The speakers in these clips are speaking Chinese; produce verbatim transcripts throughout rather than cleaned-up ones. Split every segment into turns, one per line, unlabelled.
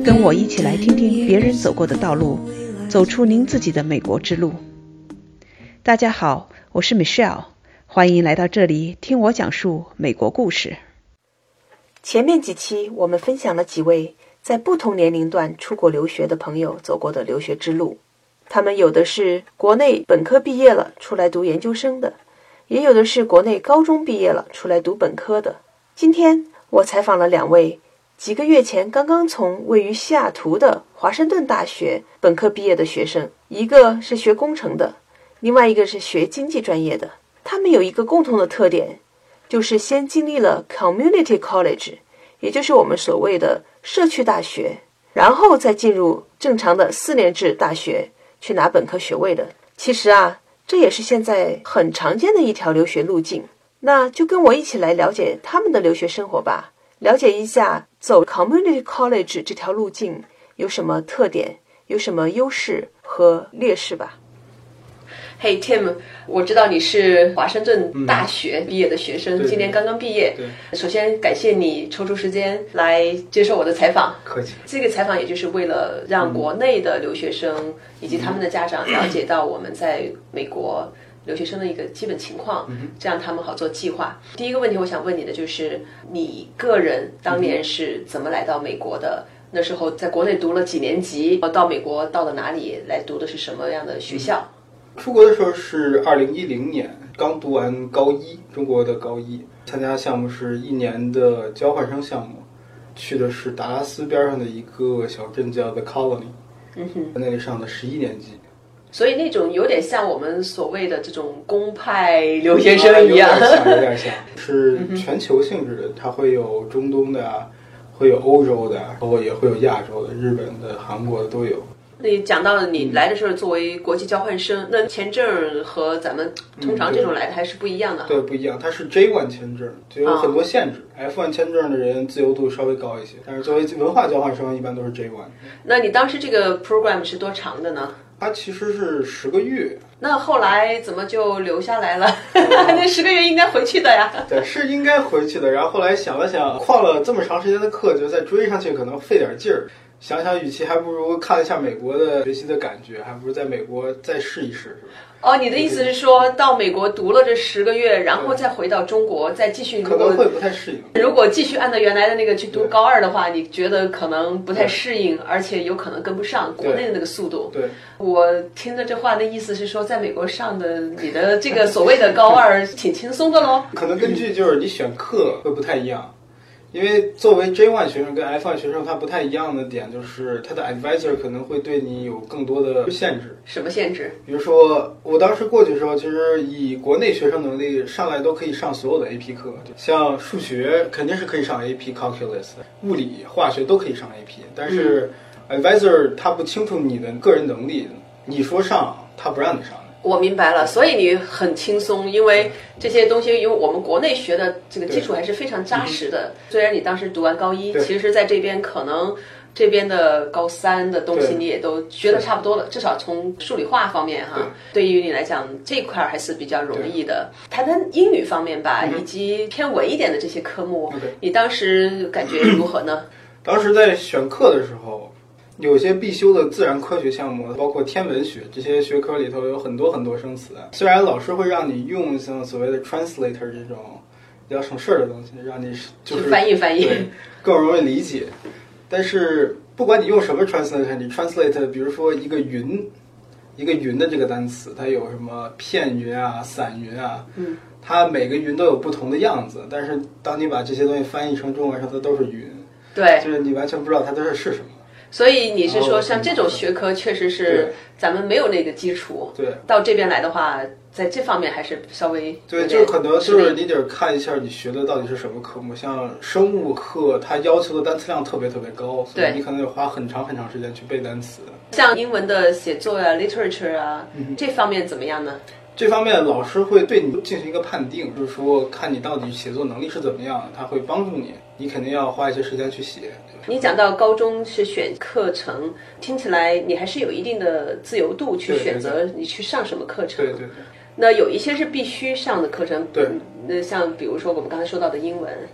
跟我一起来听听别人走过的道路，走出您自己的美国之路。大家好，我是 Michelle， 欢迎来到这里听我讲述美国故事。前面几期我们分享了几位在不同年龄段出国留学的朋友走过的留学之路，他们有的是国内本科毕业了出来读研究生的，也有的是国内高中毕业了出来读本科的。今天我采访了两位几个月前刚刚从位于西雅图的华盛顿大学本科毕业的学生，一个是学工程的，另外一个是学经济专业的。他们有一个共同的特点，就是先经历了 community college， 也就是我们所谓的社区大学，然后再进入正常的四年制大学去拿本科学位的。其实啊，这也是现在很常见的一条留学路径。那就跟我一起来了解他们的留学生活吧，了解一下走 community college 这条路径有什么特点，有什么优势和劣势吧。Hey Tim， 我知道你是华盛顿大学毕业的学生，嗯、今年刚刚毕业。首先感谢你抽出时间来接受我的采访。
客气。
这个采访也就是为了让国内的留学生、嗯、以及他们的家长了解到我们在美国留学生的一个基本情况，嗯、这样他们好做计划。第一个问题我想问你的就是，你个人当年是怎么来到美国的？嗯、那时候在国内读了几年级？到美国到了哪里？来读的是什么样的学校？
嗯出国的时候是二零一零年，刚读完高一，中国的高一，参加项目是一年的交换生项目，去的是达拉斯边上的一个小镇叫 The Colony，
嗯哼，
在那里上的十一年级。
所以那种有点像我们所谓的这种公派留学生一样，
啊、有点像，有点像，是全球性质的，它会有中东的啊，会有欧洲的，包括也会有亚洲的，日本的、韩国的都有。
你讲到了你来的时候作为国际交换生，那签证和咱们通常这种来的还是不一样的。
嗯、对, 对，不一样，它是 J 一 签证，就有很多限制。哦、F 一 签证的人自由度稍微高一些，但是作为文化交换生一般都是 J 一。
那你当时这个 program 是多长的呢？
它其实是十个月。
那后来怎么就留下来了？那十个月应该回去的呀。
对，是应该回去的。然后后来想了想，旷了这么长时间的课，就再追上去可能费点劲儿。想想与其还不如看一下美国的学习的感觉，还不如在美国再试一试，是吧？
哦，你的意思是说到美国读了这十个月，然后再回到中国再继续，
可能会不太适应。
如果继续按照原来的那个去读高二的话，你觉得可能不太适应，而且有可能跟不上国内的那个速度。
对，
我听着这话的意思是说，在美国上的你的这个所谓的高二挺轻松的咯。
可能根据就是你选课会不太一样。因为作为 J 一 学生跟 F 一 学生，他不太一样的点就是他的 advisor 可能会对你有更多的限制。
什么限制？
比如说我当时过去的时候，其实以国内学生能力上来都可以上所有的 A P 课，像数学肯定是可以上 A P Calculus， 物理、化学都可以上 A P， 但是 advisor 他不清楚你的个人能力，你说上他不让你上。
我明白了，所以你很轻松，因为这些东西，因为我们国内学的这个基础还是非常扎实的。虽然你当时读完高一，其实在这边可能这边的高三的东西你也都学的差不多了，至少从数理化方面哈，对于你来讲这一块还是比较容易的。谈谈英语方面吧，以及偏文一点的这些科目，你当时感觉如何呢？
当时在选课的时候，有些必修的自然科学项目，包括天文学这些学科里头有很多很多生词。虽然老师会让你用像所谓的 translator 这种比较省事儿的东西，让你就是
翻译翻译，
更容易理解。但是不管你用什么 translator， 你 translate 比如说一个云，一个云的这个单词，它有什么片云啊、散云啊，
嗯，
它每个云都有不同的样子。但是当你把这些东西翻译成中文上，它都是云，
对，
就是你完全不知道它都是是什么。
所以你是说像这种学科确实是咱们没有那个基础，
对，
到这边来的话在这方面还是稍微
对，就可能就是你得看一下你学的到底是什么科目。像生物课它要求的单词量特别特别高，所以你可能得花很长很长时间去背单词。
像英文的写作啊 literature 啊、嗯、这方面怎么样呢？
这方面老师会对你进行一个判定，就是说看你到底写作能力是怎么样的，他会帮助你，你肯定要花一些时间去写。
你讲到高中是选课程，听起来你还是有一定的自由度去选择你去上什么课程。
对对对。
那有一些是必须上的课程，
对，
那像比如说我们刚才说到的英文。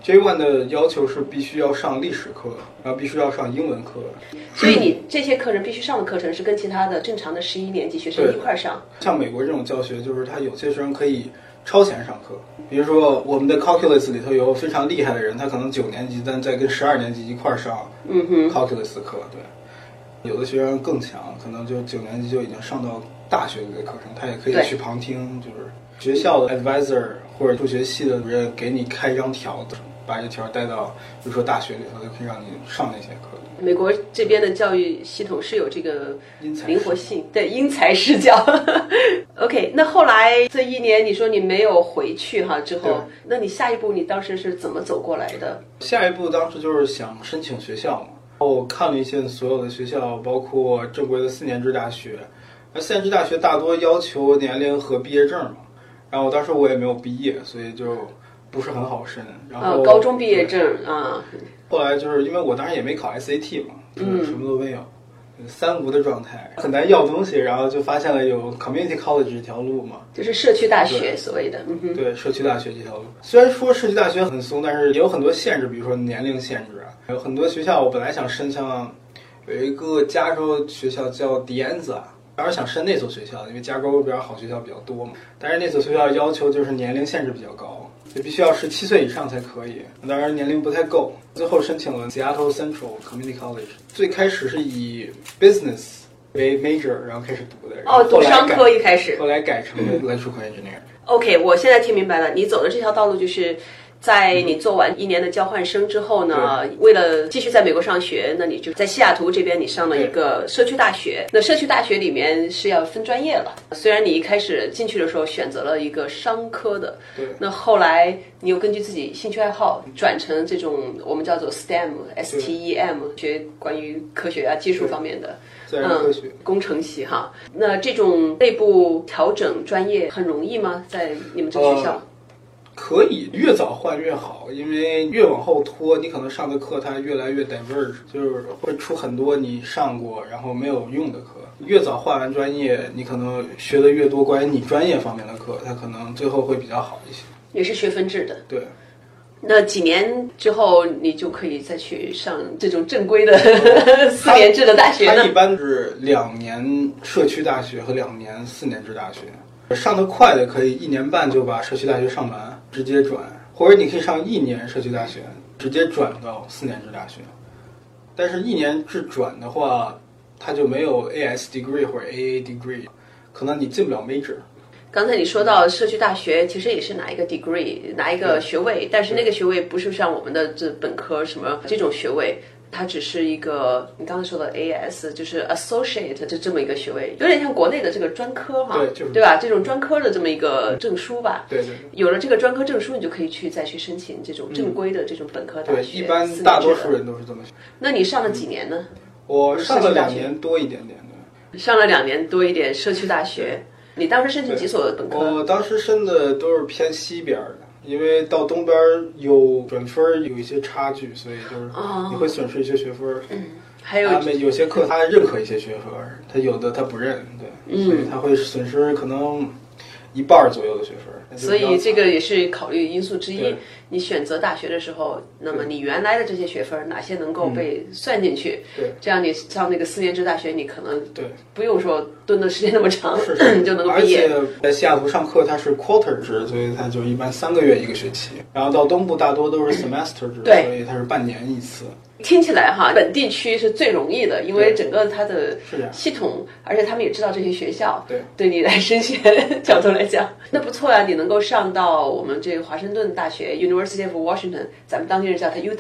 J 一 的要求是必须要上历史课，然后必须要上英文课。
所以你这些课程必须上的课程是跟其他的正常的十一年级学生一块上。
像美国这种教学，就是他有些学生可以超前上课，比如说我们的 calculus 里头有非常厉害的人，他可能九年级，但在跟十二年级一块上 calculus 课，对。有的学生更强，可能就九年级就已经上到大学里的课程，他也可以去旁听，就是学校的 advisor 或者数学系的主任给你开一张条子，把这条带到比如说大学里头，就可以让你上那些课。
美国这边的教育系统是有这个灵活性，对，因材施教。OK， 那后来这一年你说你没有回去哈，之后，那你下一步你当时是怎么走过来的？
下一步当时就是想申请学校嘛。我看了一些所有的学校，包括正规的四年制大学，而四年制大学大多要求年龄和毕业证嘛。然后当时我也没有毕业，所以就不是很好申。然后、
哦、高中毕业证啊。
后来就是因为我当时也没考 S A T 嘛，就是什么都没有，嗯、三无的状态，很难要东西。然后就发现了有 Community College 这条路嘛，
就是社区大学所谓的。嗯哼，
对，社区大学这条路。虽然说社区大学很松，但是也有很多限制，比如说年龄限制啊。有很多学校我本来想申，像有一个加州学校叫 Dianza， 当时想申那所学校，因为加州比较好学校比较多嘛。但是那所学校要求就是年龄限制比较高，就必须要十七岁以上才可以。当然年龄不太够，最后申请了 Seattle Central Community College。最开始是以 business 为 major， 然后开始读的。
哦，读商科一开始，
后来改成了 electrical engineer。
OK， 我现在听明白了，你走的这条道路就是。在你做完一年的交换生之后呢，为了继续在美国上学，那你就在西雅图这边你上了一个社区大学。那社区大学里面是要分专业了，虽然你一开始进去的时候选择了一个商科的，
对，
那后来你又根据自己兴趣爱好转成这种我们叫做 S T E M S T E M 学关于科学啊技术方面的
自然科学、
嗯、工程系哈。那这种内部调整专业很容易吗？在你们这个学校？呃
可以，越早换越好，因为越往后拖，你可能上的课它越来越 diverge， 就是会出很多你上过然后没有用的课。越早换完专业，你可能学的越多关于你专业方面的课，它可能最后会比较好一些。
也是学分制的。
对。
那几年之后，你就可以再去上这种正规的四年制的大学呢？
它一般是两年社区大学和两年四年制大学。上得快的可以一年半就把社区大学上完，直接转，或者你可以上一年社区大学，直接转到四年制大学。但是，一年制转的话，它就没有 A S degree 或者 A A degree， 可能你进不了 major。
刚才你说到社区大学，其实也是拿一个 degree， 拿一个学位，但是那个学位不是像我们的这本科什么这种学位。它只是一个你刚才说的 A S， 就是 Associate 就这么一个学位，有点像国内的这个专科哈，
对，就是
对吧？这种专科的这么一个证书吧。
对 对, 对。
有了这个专科证书，你就可以去再去申请这种正规的这种本科大学。
对，一般大多数人都是这么学。
那你上了几年呢？
我上了两年多一点点的。
上了两年多一点社区大学。你当时申请几所本科？
我当时申的都是偏西边的。因为到东边有准分有一些差距，所以就是你会损失一些学分。
嗯，还有
他们有些课他认可一些学分，他有的他不认，对，
嗯、
所以他会损失可能一半左右的学分。
所以这个也是考虑因素之一。你选择大学的时候，那么你原来的这些学分哪些能够被算进去？
对、
嗯，这样你上那个四年制大学，你可能
对
不用说蹲的时间那么长，
是是
就能够毕业。
而且在西雅图上课它是 quarter 制，所以它就一般三个月一个学期。然后到东部大多都是 semester 制，
对，
所以它是半年一次。
听起来哈，本地区是最容易的，因为整个它的系统，而且他们也知道这些学校，
对，
对你来升学角度来讲，那不错呀，你能够上到我们这个华盛顿大学 University of Washington， 咱们当地人叫它 U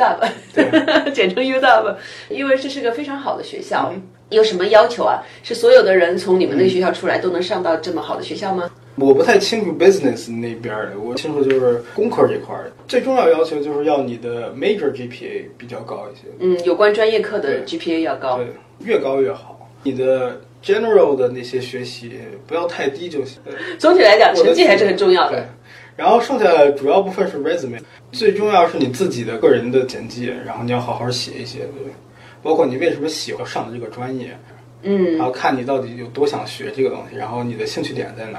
W， 简称 U W， 因为这是个非常好的学校。嗯、有什么要求啊？是所有的人从你们那个学校出来都能上到这么好的学校吗？
我不太清楚 business 那边的，我清楚就是工科这块最重要要求就是要你的 major G P A 比较高一些。
嗯，有关专业课的 G P A 要高，
对，越高越好。你的 general 的那些学习不要太低就行。
总体来讲，成绩还是很重要的。
对，然后剩下主要部分是 resume， 最重要是你自己的个人的简介，然后你要好好写一写，对，包括你为什么喜欢上的这个专业，
嗯，
然后看你到底有多想学这个东西，然后你的兴趣点在哪儿。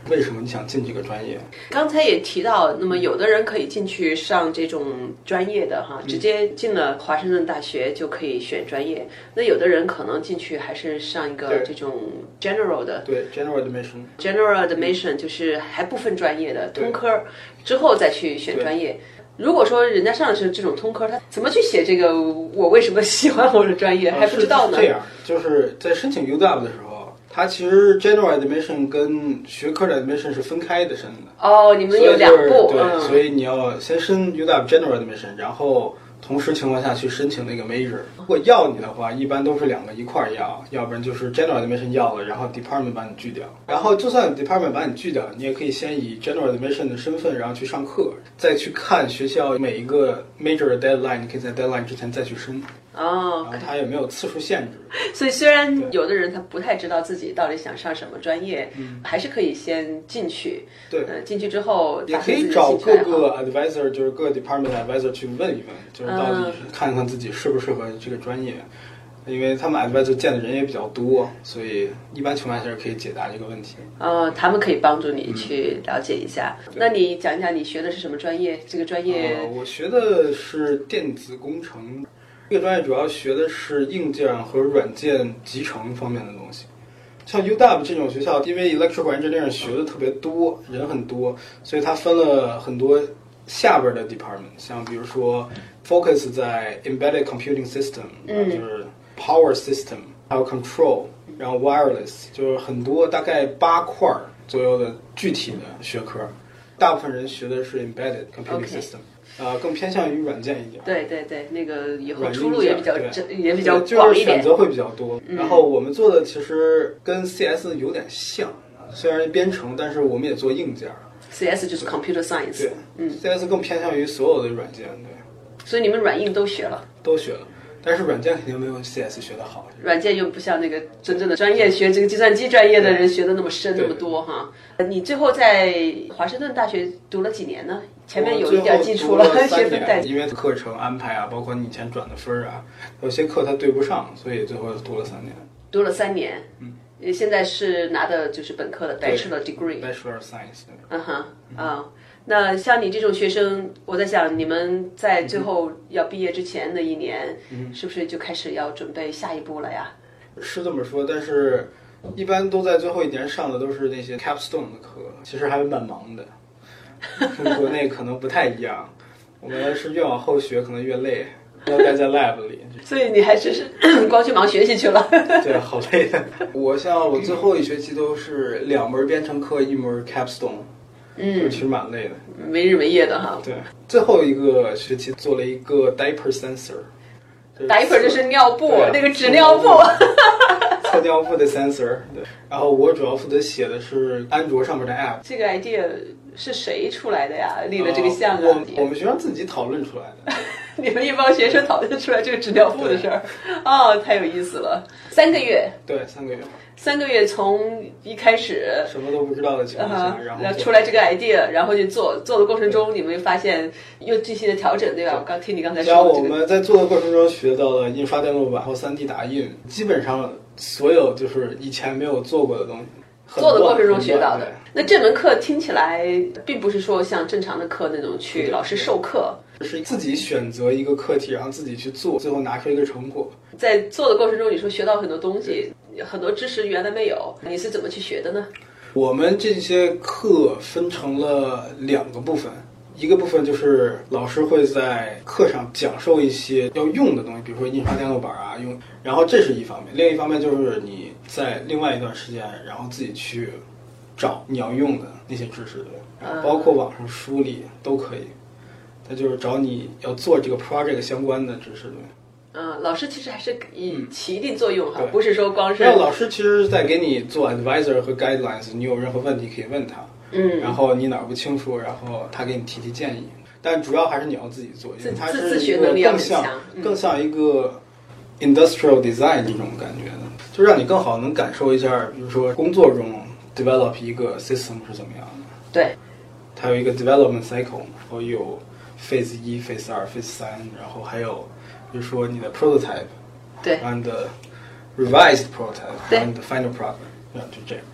为什么你想进这个专业？
刚才也提到，那么有的人可以进去上这种专业的哈，直接进了华盛顿大学就可以选专业。那有的人可能进去还是上一个这种 general 的，
对 general admission。
general admission 就是还不分专业的通科，之后再去选专业。如果说人家上的是这种通科，他怎么去写这个我为什么喜欢我的专业、
啊、
还不知道呢？
是这样，就是在申请 U W 的时候，它其实 general admission 跟学科的 admission 是分开的申的。
哦，你们有两步。
对、
嗯，
所以你要先申 U W general admission， 然后同时情况下去申请那个 major。如果要你的话，一般都是两个一块要，要不然就是 general admission 要了，然后 department 把你拒掉。然后就算 department 把你拒掉，你也可以先以 general admission 的身份，然后去上课，再去看学校每一个 major 的 deadline， 你可以在 deadline 之前再去申。
哦，
然后它也没有次数限制。
所以虽然有的人他不太知道自己到底想上什么专业，
嗯、
还是可以先进去。
对，
呃，进去之后
也可以找各个 advisor， 就是各个 department advisor 去问一问，就是到底是看看自己适不适合这个专业。嗯、因为他们 advisor 见的人也比较多，所以一般情况下是可以解答这个问题。
哦，他们可以帮助你去了解一下。嗯、那你讲一讲你学的是什么专业？这个专业？
呃、我学的是电子工程。这个专业主要学的是硬件和软件集成方面的东西。像 U W 这种学校，因为 electrical engineering 学的特别多，人很多，所以它分了很多下边的 department， 像比如说 focus 在 embedded computing system，嗯，就是 power system， 还有 control， 然后 wireless， 就是很多大概八块左右的具体的学科。大部分人学的是 embedded computing system。Okay.呃，更偏向于软件一点。
对对对，那个以后出路也比较也比较广
就是选择会比较多。嗯、然后我们做的其实跟 C S 有点像，虽然编程，但是我们也做硬件。
C S 就是 computer science。
对，嗯 ，C S 更偏向于所有的软件，对。
所以你们软硬都学了？
都学了。但是软件肯定没有 C S 学得好，
软件又不像那个真正的专业学这个计算机专业的人学的那么深那么多哈。你最后在华盛顿大学读了几年呢？前面有一点基础了，学分带。
因为课程安排啊，包括你以前转的分啊，有些课它对不上，所以最后读了三年。
读了三年，嗯，现在是拿的就是本科的 bachelor degree。Bachelor
Science。
嗯哼，啊。那像你这种学生，我在想，你们在最后要毕业之前的一年，嗯、是不是就开始要准备下一步了呀？
是这么说，但是一般都在最后一年上的都是那些 capstone 的课，其实还蛮忙的，跟国内可能不太一样。我们是越往后学，可能越累，要待在 lab 里。
所以你还是是光去忙学习去了。
对，好累的。我像我最后一学期都是两门编程课，一门 capstone。嗯，其实蛮累的，
没日没夜的哈。
对，最后一个学期做了一个 diaper sensor。diaper
就是尿布，那个纸尿布。
测尿布的 sensor。对，然后我主要负责写的是安卓上面的 app。
这个 idea 是谁出来的呀？立的这个项啊？
我我们学生自己讨论出来的。
你们一帮学生讨论出来这个纸尿布的事儿，哦，太有意思了。三个月。
对，三个月。
三个月从一开始
什么都不知道的情况下，
uh-huh,
然后
出来这个 idea， 然后就做做的过程中，你们发现又这些的调整，对吧？我刚听你刚才说的、这个。
然后我们在做的过程中学到了印刷电路板和 三 D 打印，基本上所有就是以前没有做过的东西。
做的过程中学到的。那这门课听起来并不是说像正常的课那种去老师授课，
是自己选择一个课题，然后自己去做，最后拿出一个成果。
在做的过程中，你说学到很多东西，很多知识原来没有，你是怎么去学的呢？
我们这些课分成了两个部分，一个部分就是老师会在课上讲授一些要用的东西，比如说印刷电路板啊，用，然后这是一方面，另一方面就是你在另外一段时间，然后自己去找你要用的那些知识的，然后包括网上梳理都可以。它就是找你要做这个 project 相关的知识的。
嗯，老师其实还是起一定作用哈、嗯，不是说光是。
那老师其实是在给你做 advisor 和 guidelines， 你有任何问题可以问他，嗯，然后你哪儿不清楚，然后他给你提提建议。但主要还是你要自己做，因为它是一个更像、嗯、更像一个 industrial design 这种感觉的，就让你更好能感受一下，比如说工作中 develop 一个 system 是怎么样的。
对，
它有一个 development cycle， 然后有 phase 一、phase 二、phase 三，然后还有比如说你的 prototype，
对，
然后你的 revised prototype， 然后你的 final product， 就这样。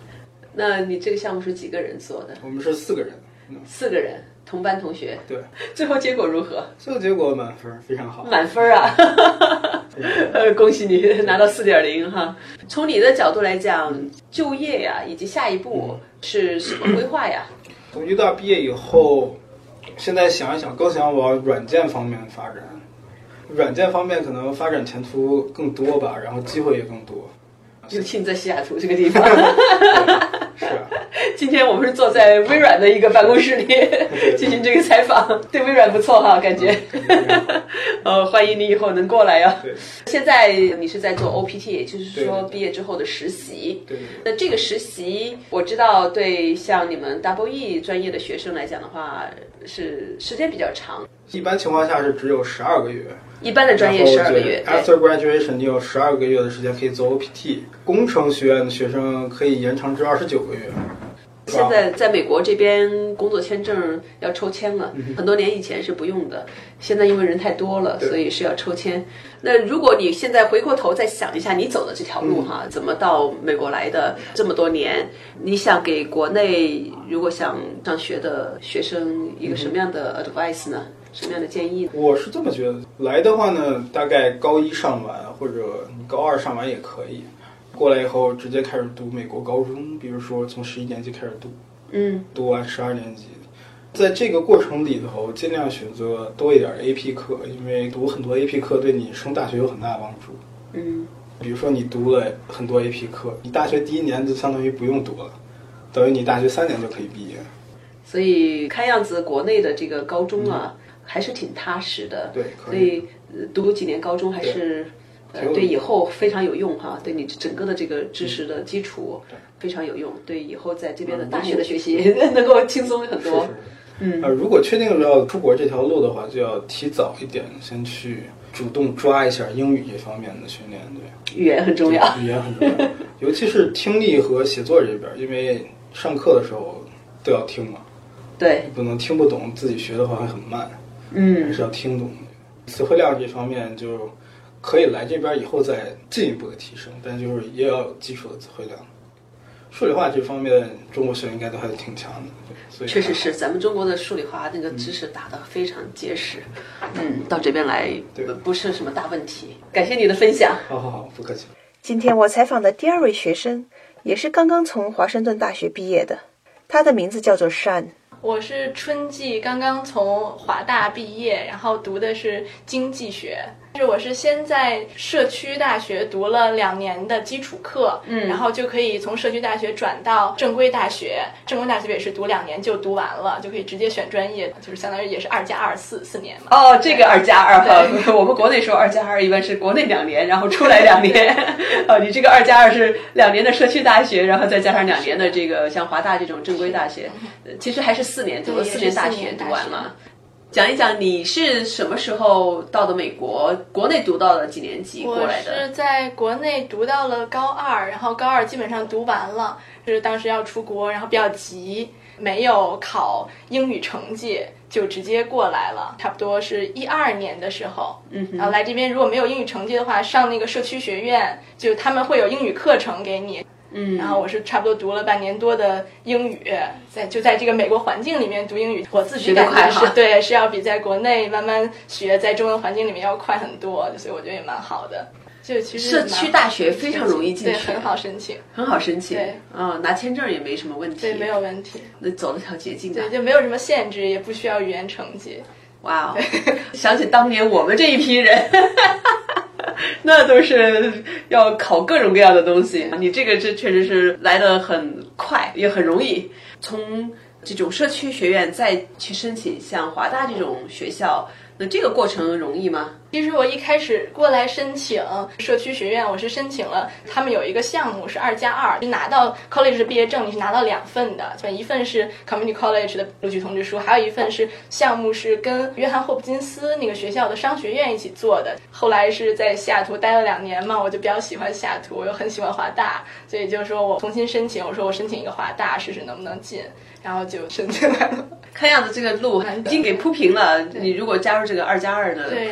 那你这个项目是几个人做的？
我们是四个人，
四个人，同班同学。
对，
最后结果如何？
最后结果满分，非常好。
满分啊！呃，恭喜你拿到四点零哈。从你的角度来讲，就业呀、啊，以及下一步是什么规划呀？
从医大毕业以后，现在想一想，更想往软件方面发展。软件方面可能发展前途更多吧，然后机会也更多。
尤其你在西雅图这个地方。
是啊。
今天我们是坐在微软的一个办公室里进行这个采访，对微软不错哈，感觉。呃，欢迎你以后能过来呀。
对。
现在你是在做 O P T， 也就是说毕业之后的实习。
对。
那这个实习，我知道对像你们 Double E 专业的学生来讲的话，是时间比较长。
一般情况下是只有十二个月。
一般的专业十二个月。
After graduation， 你有十二个月的时间可以做 O P T。工程学院的学生可以延长至二十九个月。
现在在美国这边工作签证要抽签了，嗯、很多年以前是不用的，现在因为人太多了，所以是要抽签。那如果你现在回过头再想一下你走的这条路哈，嗯、怎么到美国来的这么多年，你想给国内如果想上学的学生一个什么样的 advice 呢？嗯、什么样的建议呢？
我是这么觉得，来的话呢，大概高一上完或者你高二上完也可以。过来以后直接开始读美国高中，比如说从十一年级开始读，
嗯，
读完十二年级，在这个过程里头尽量选择多一点 A P 课，因为读很多 A P 课对你升大学有很大帮助。
嗯，
比如说你读了很多 A P 课，你大学第一年就相当于不用读了，等于你大学三年就可以毕业。
所以看样子国内的这个高中啊，嗯、还是挺踏实的。
对，
所以读几年高中还是。呃，对以后非常有用哈，对你整个的这个知识的基础非常有用，对以后在这边的大学的学习能够轻松很多。
是是是嗯，呃，如果确定要出国这条路的话，就要提早一点先去主动抓一下英语这方面的训练，对，
语言很重要，
语言很重要，尤其是听力和写作这边，因为上课的时候都要听嘛，
对，
不能听不懂，自己学的话会很慢，
嗯，
还是要听懂。词汇量这方面就。可以来这边以后再进一步的提升，但就是也要有基础的词汇量。数理化这方面，中国学生应该都还是挺强的，所以
确实是咱们中国的数理化那个知识打得非常结实，嗯，到这边来不是什么大问题。感谢你的分享。
好好好，不客气。
今天我采访的第二位学生也是刚刚从华盛顿大学毕业的，他的名字叫做 Shan。
我是春季刚刚从华大毕业，然后读的是经济学。是我是先在社区大学读了两年的基础课，嗯，然后就可以从社区大学转到正规大学。正规大学也是读两年就读完了，就可以直接选专业，就是相当于也是二加二四四年嘛。
哦，这个二加二哈，我们国内说二加二一般是国内两年，然后出来两年。哦，你这个二加二是两年的社区大学，然后再加上两年的这个像华大这种正规大学，其实还是四年，读了四年大学读完了。讲一讲你是什么时候到的美国？国内读到了几年级过来的？
我是在国内读到了高二，然后高二基本上读完了，就是当时要出国，然后比较急，没有考英语成绩，就直接过来了。差不多是一二年的时候，
嗯，
然后来这边如果没有英语成绩的话，上那个社区学院，就他们会有英语课程给你。
嗯，
然后我是差不多读了半年多的英语，在就在这个美国环境里面读英语，我自己感觉是对，是要比在国内慢慢学，在中文环境里面要快很多，所以我觉得也蛮好的。就其实
社区大学非常容易进去，
对，很好申请，
很好申请，
对，
啊、哦，拿签证也没什么问题，
对，没有问题，
那走了条捷径、啊，
对，就没有什么限制，也不需要语言成绩。
哇哦，想起当年我们这一批人。那都是要考各种各样的东西，你这个这确实是来得很快，也很容易。从这种社区学院再去申请像华大这种学校，那这个过程容易吗？
其实我一开始过来申请社区学院，我是申请了，他们有一个项目是二加二，就拿到 college 的毕业证，你是拿到两份的，一份是 community college 的录取通知书，还有一份是项目是跟约翰霍普金斯那个学校的商学院一起做的。后来是在西雅图待了两年嘛，我就比较喜欢西雅图，我又很喜欢华大，所以就说我重新申请，我说我申请一个华大试试能不能进，然后就申请来了。
看样子这个路已经给铺平了，你如果加入这个二加二的，
对，然后而且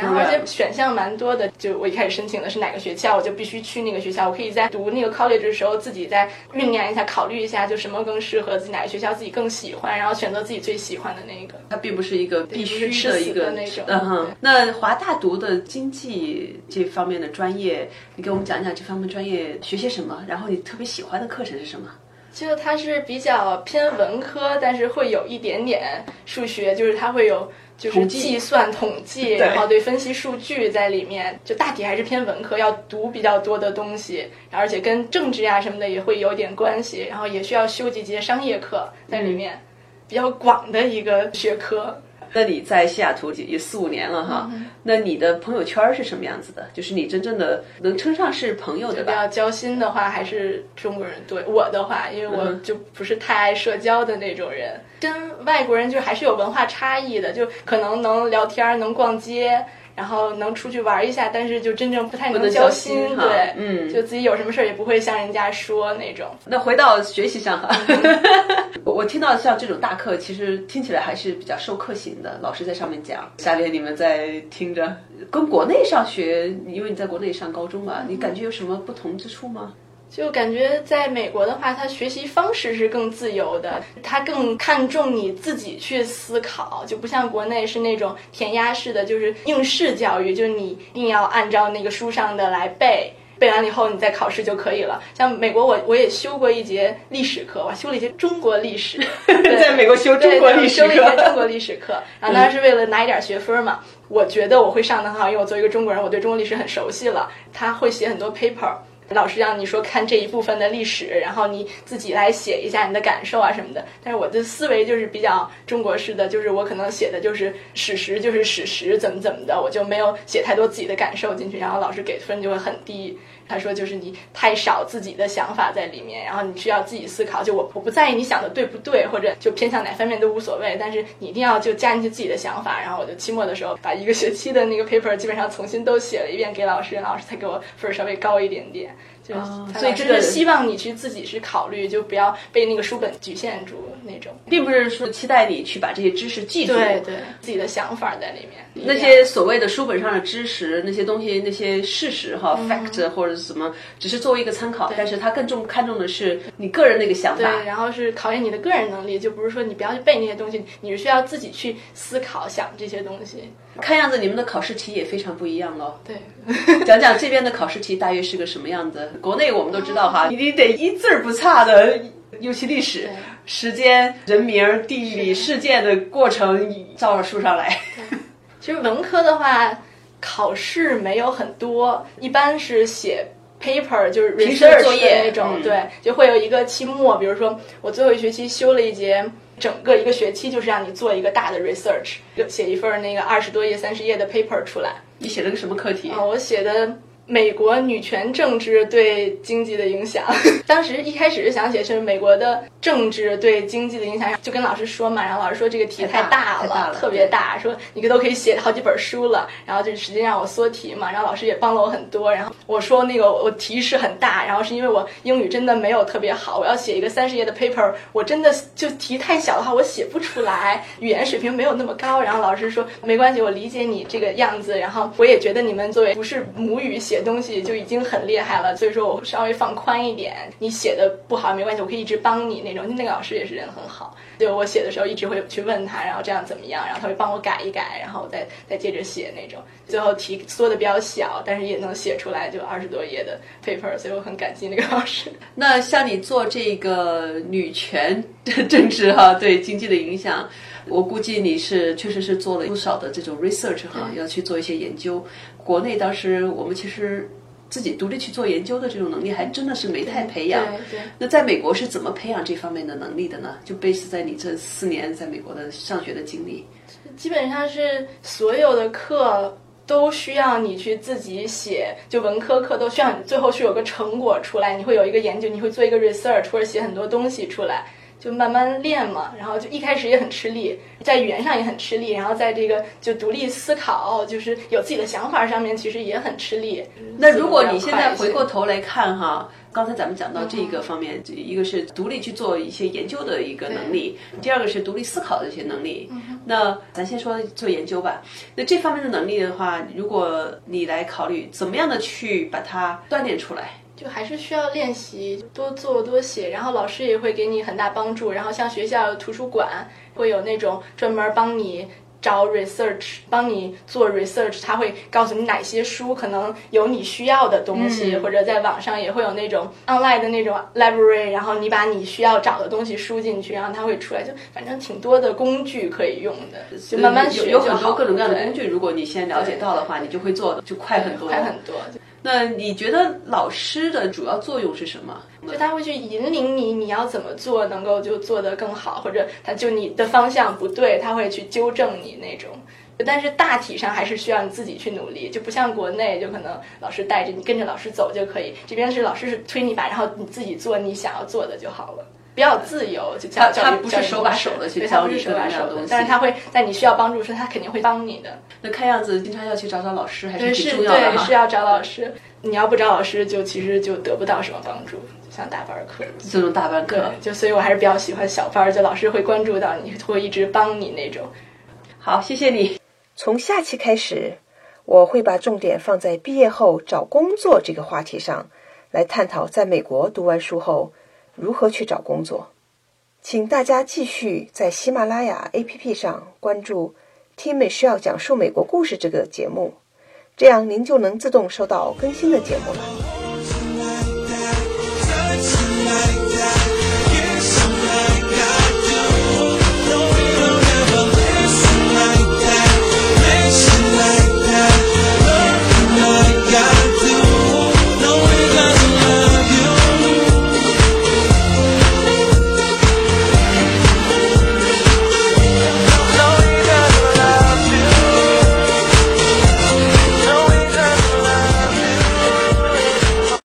选项蛮多的。就我一开始申请的是哪个学校，我就必须去那个学校。我可以在读那个 college 的时候自己再酝酿一下，考虑一下就什么更适合自己，哪个学校自己更喜欢，然后选择自己最喜欢的那个。
它并不是一个必须的一个
那种。
嗯哼。那华大读的经济这方面的专业，你给我们讲讲这方面专业学些什么？然后你特别喜欢的课程是什么？
就它是比较偏文科，但是会有一点点数学，就是它会有就是计算统计，然后对分析数据在里面，就大体还是偏文科，要读比较多的东西，而且跟政治啊什么的也会有点关系，然后也需要修几节商业课在里面，嗯、比较广的一个学科。
那你在西雅图也四五年了哈、嗯，那你的朋友圈是什么样子的？就是你真正的能称上是朋友的吧？
比较交心的话，还是中国人。对我的话，因为我就不是太爱社交的那种人，嗯、跟外国人就还是有文化差异的，就可能能聊天，能逛街。然后能出去玩一下，但是就真正不太能交心，
心
对，
嗯，
就自己有什么事儿也不会向人家说那种。
那回到学习上哈，嗯、我听到像这种大课，其实听起来还是比较授课型的，老师在上面讲，下面你们在听着。跟国内上学，因为你在国内上高中嘛，你感觉有什么不同之处吗？
就感觉在美国的话，他学习方式是更自由的，他更看重你自己去思考，就不像国内是那种填鸭式的，就是应试教育，就是你一定要按照那个书上的来背，背完了以后你再考试就可以了。像美国我我也修过一节历史课，我修了一节中国历史，
在美国修中国历史课，
修了一节中国历史课，然后当然是为了拿一点学分嘛。我觉得我会上得很好，因为我作为一个中国人，我对中国历史很熟悉了。他会写很多 paper。老师让你说看这一部分的历史，然后你自己来写一下你的感受啊什么的。但是我的思维就是比较中国式的，就是我可能写的就是史实，就是史实怎么怎么的，我就没有写太多自己的感受进去，然后老师给分就会很低。他说就是你太少自己的想法在里面，然后你需要自己思考。就我我不在意你想的对不对，或者就偏向哪方面都无所谓，但是你一定要就加进去自己的想法。然后我就期末的时候把一个学期的那个 paper 基本上重新都写了一遍给老师，老师才给我分稍微高一点点。就
哦、
所以这个希望你去自己去考虑，就不要被那个书本局限住那种，
并不是说期待你去把这些知识记住，
对对，自己的想法在里面。
那些所谓的书本上的知识，那些东西，那些事实哈、嗯、，fact 或者是什么，只是作为一个参考，但是它更重看重的是你个人那个想法，
对，然后是考验你的个人能力，就不是说你不要去背那些东西，你是需要自己去思考想这些东西。
看样子你们的考试题也非常不一样咯。
对，
讲讲这边的考试题大约是个什么样子？国内我们都知道哈，你得一字不差的，尤其历史、时间、人名、地理事件的过程照着书上来。
其实文科的话，考试没有很多，一般是写paper 就是 research
作业
那种、
嗯，
对，就会有一个期末，比如说我最后一学期修了一节。整个一个学期就是让你做一个大的 research， 写一份那个二十多页、三十页的 paper 出来。
你写了个什么课题？
啊、哦，我写的美国女权政治对经济的影响。当时一开始是想写是美国的政治对经济的影响，就跟老师说嘛，然后老师说这个题太大了，
太大了
特别大，说你都可以写好几本书了，然后就直接让我缩题嘛，然后老师也帮了我很多。然后我说那个我题是很大，然后是因为我英语真的没有特别好，我要写一个三十页的 paper， 我真的就题太小的话我写不出来，语言水平没有那么高。然后老师说没关系，我理解你这个样子，然后我也觉得你们作为不是母语写东西就已经很厉害了，所以说我稍微放宽一点，你写的不好没关系，我可以一直帮你那种。那个老师也是人很好，就我写的时候一直会去问他，然后这样怎么样，然后他会帮我改一改，然后我再再接着写那种。最后题缩的比较小，但是也能写出来就二十多页的 paper， 所以我很感激那个老师。
那像你做这个女权政治哈对经济的影响，我估计你是确实是做了不少的这种 research 哈，要去做一些研究。国内当时我们其实自己独立去做研究的这种能力还真的是没太培养。
对对对。
那在美国是怎么培养这方面的能力的呢？就 base 在你这四年在美国的上学的经历。
基本上是所有的课都需要你去自己写，就文科课都需要你最后是有个成果出来，你会有一个研究，你会做一个 research 或者写很多东西出来。 就慢慢练嘛，然后就一开始也很吃力，在语言上也很吃力，然后在这个就独立思考，就是有自己的想法上面，其实也很吃力。
那如果你现在回过头来看哈，刚才咱们讲到这个方面，嗯、一个是独立去做一些研究的一个能力，第二个是独立思考的一些能力。嗯、那咱先说做研究吧。那这方面的能力的话，如果你来考虑怎么样的去把它锻炼出来。
就还是需要练习，多做多写，然后老师也会给你很大帮助。然后像学校图书馆会有那种专门帮你找 research， 帮你做 research， 他会告诉你哪些书可能有你需要的东西，嗯、或者在网上也会有那种 online 的那种 library， 然后你把你需要找的东西输进去，然后它会出来，就反正挺多的工具可以用的，就慢慢学就
有有很多各种各样的工具，如果你先了解到的话，你就会做就快很多，
快很多。
那你觉得老师的主要作用是什么？
就他会去引领你，你要怎么做能够就做得更好，或者他就你的方向不对，他会去纠正你那种。但是大体上还是需要你自己去努力，就不像国内，就可能老师带着你跟着老师走就可以，这边是老师是推你把，然后你自己做你想要做的就好了。比较自由，就教
他不是手把手的去教你
手把手的东西，但是他会在你需要帮助时，他肯定会帮你的。
那看样子经常要去找找老师，还是
挺
重要的哈。
对，是要找老师。你要不找老师，就其实就得不到什么帮助，像大班课
这种大班课，
就所以我还是比较喜欢小班，就老师会关注到你，会一直帮你那种。
好，谢谢你。
从下期开始，我会把重点放在毕业后找工作这个话题上，来探讨在美国读完书后如何去找工作。请大家继续在喜马拉雅 A P P 上关注听Michelle讲述美国故事这个节目，这样您就能自动收到更新的节目了。